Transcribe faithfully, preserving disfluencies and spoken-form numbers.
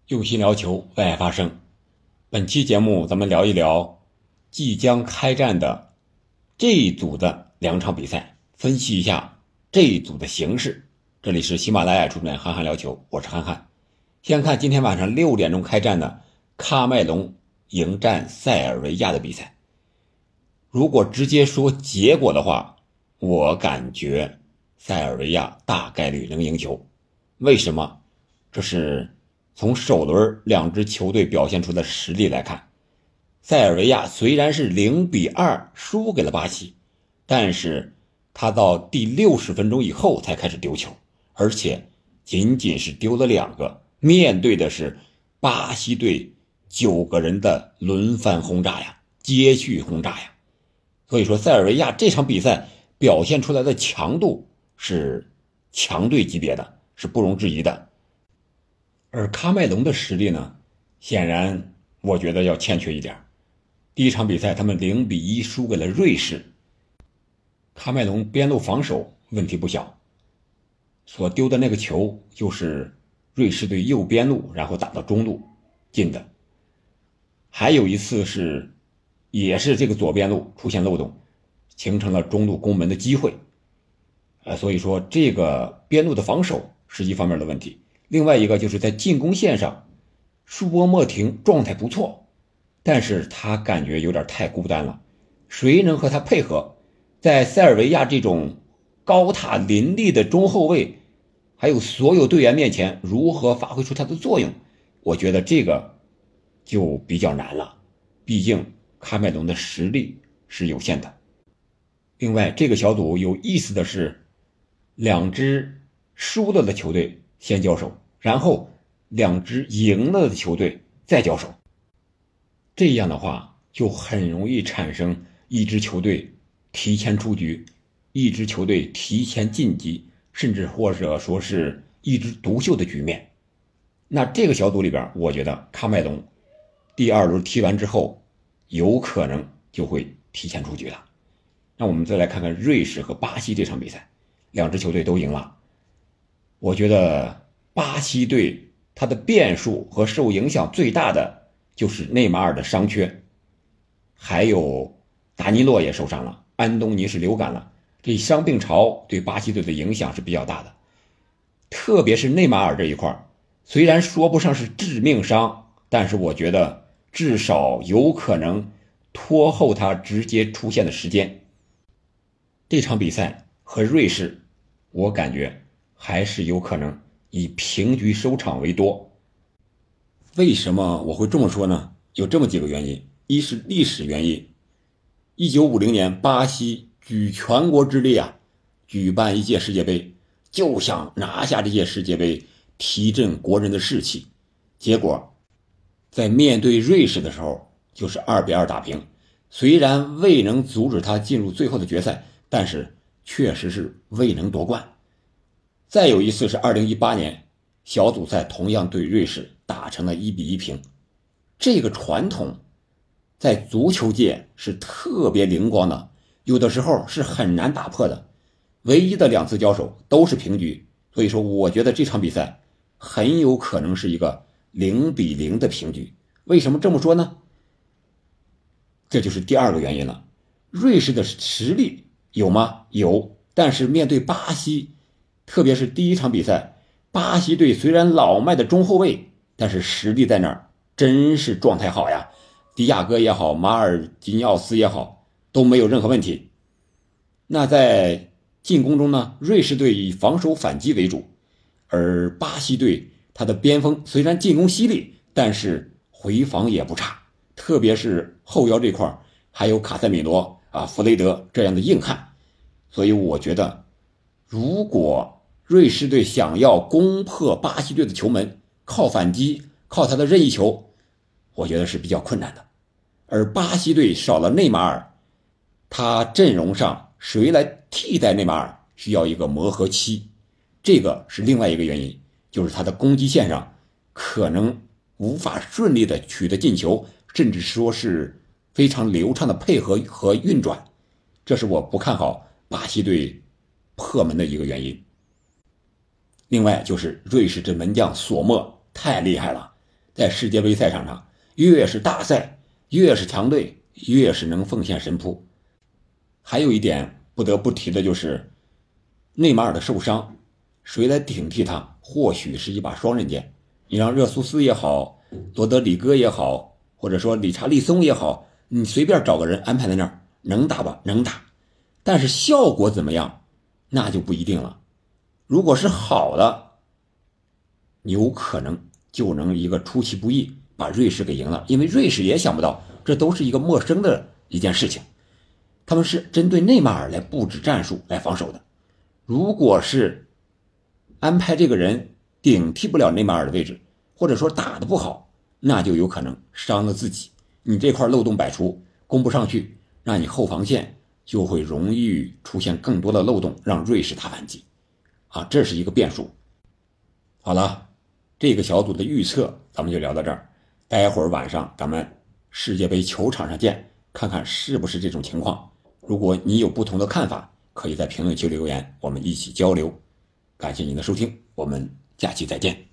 用心聊球，为爱发声。本期节目咱们聊一聊即将开战的这一组的两场比赛，分析一下这一组的形势。这里是喜马拉雅出品憨憨聊球，我是憨憨。先看今天晚上六点钟开战的喀麦隆迎战塞尔维亚的比赛。如果直接说结果的话，我感觉塞尔维亚大概率能赢球。为什么？这是从首轮两支球队表现出的实力来看，塞尔维亚虽然是零比二输给了巴西，但是他到第六十分钟以后才开始丢球，而且仅仅是丢了两个，面对的是巴西队九个人的轮番轰炸呀，接续轰炸呀。所以说塞尔维亚这场比赛表现出来的强度是强队级别的，是不容置疑的。而喀麦隆的实力呢，显然我觉得要欠缺一点。第一场比赛他们零比一输给了瑞士，喀麦隆边路防守问题不小，所丢的那个球就是瑞士队右边路然后打到中路进的。还有一次是也是这个左边路出现漏洞，形成了中路攻门的机会。呃，所以说这个边路的防守是一方面的问题。另外一个就是在进攻线上，舒波莫廷状态不错，但是他感觉有点太孤单了，谁能和他配合？在塞尔维亚这种高塔林立的中后卫，还有所有队员面前，如何发挥出他的作用？我觉得这个就比较难了，毕竟喀麦隆的实力是有限的。另外，这个小组有意思的是，两支输了的球队先交手，然后两支赢了的球队再交手。这样的话就很容易产生一支球队提前出局，一支球队提前晋级，甚至或者说是一枝独秀的局面。那这个小组里边，我觉得喀麦隆第二轮踢完之后有可能就会提前出局了。那我们再来看看瑞士和巴西这场比赛，两支球队都赢了。我觉得巴西队他的变数和受影响最大的就是内马尔的伤缺，还有达尼洛也受伤了，安东尼是流感了，这伤病潮对巴西队的影响是比较大的。特别是内马尔这一块，虽然说不上是致命伤，但是我觉得至少有可能拖后他直接出现的时间。这场比赛和瑞士，我感觉还是有可能以平局收场为多。为什么我会这么说呢？有这么几个原因。一是历史原因，一九五零年巴西举全国之力啊，举办一届世界杯，就想拿下这届世界杯，提振国人的士气。结果在面对瑞士的时候就是二比二打平，虽然未能阻止他进入最后的决赛，但是确实是未能夺冠。再有一次是二零一八年小组赛同样对瑞士打成了一比一平。这个传统在足球界是特别灵光的，有的时候是很难打破的。唯一的两次交手都是平局，所以说我觉得这场比赛很有可能是一个零比零的平局。为什么这么说呢？这就是第二个原因了。瑞士的实力有吗？有，但是面对巴西，特别是第一场比赛，巴西队虽然老迈的中后卫，但是实力在那儿，真是状态好呀。迪亚哥也好，马尔基尼奥斯也好，都没有任何问题。那在进攻中呢，瑞士队以防守反击为主，而巴西队他的边锋虽然进攻犀利，但是回防也不差，特别是后腰这块还有卡塞米罗啊、弗雷德这样的硬汉。所以我觉得如果瑞士队想要攻破巴西队的球门，靠反击，靠他的任意球，我觉得是比较困难的。而巴西队少了内马尔，他阵容上谁来替代内马尔需要一个磨合期，这个是另外一个原因，就是他的攻击线上可能无法顺利的取得进球，甚至说是非常流畅的配合和运转，这是我不看好巴西队破门的一个原因。另外就是瑞士这门将索莫太厉害了， 在世界杯赛场上，越是大赛，越是强队，越是能奉献神扑。还有一点不得不提的就是内马尔的受伤，谁来顶替他，或许是一把双刃剑。你让热苏斯也好，罗德里戈也好，或者说理查利松也好，你随便找个人安排在那儿，能打吧？能打。但是效果怎么样，那就不一定了。如果是好的，有可能就能一个出其不意把瑞士给赢了，因为瑞士也想不到这都是一个陌生的一件事情，他们是针对内马尔来布置战术来防守的。如果是安排这个人顶替不了内马尔的位置，或者说打得不好，那就有可能伤了自己，你这块漏洞百出，攻不上去，让你后防线就会容易出现更多的漏洞，让瑞士打反击啊，这是一个变数。好了，这个小组的预测咱们就聊到这儿，待会儿晚上咱们世界杯球场上见，看看是不是这种情况。如果你有不同的看法，可以在评论区留言，我们一起交流。感谢您的收听，我们下期再见。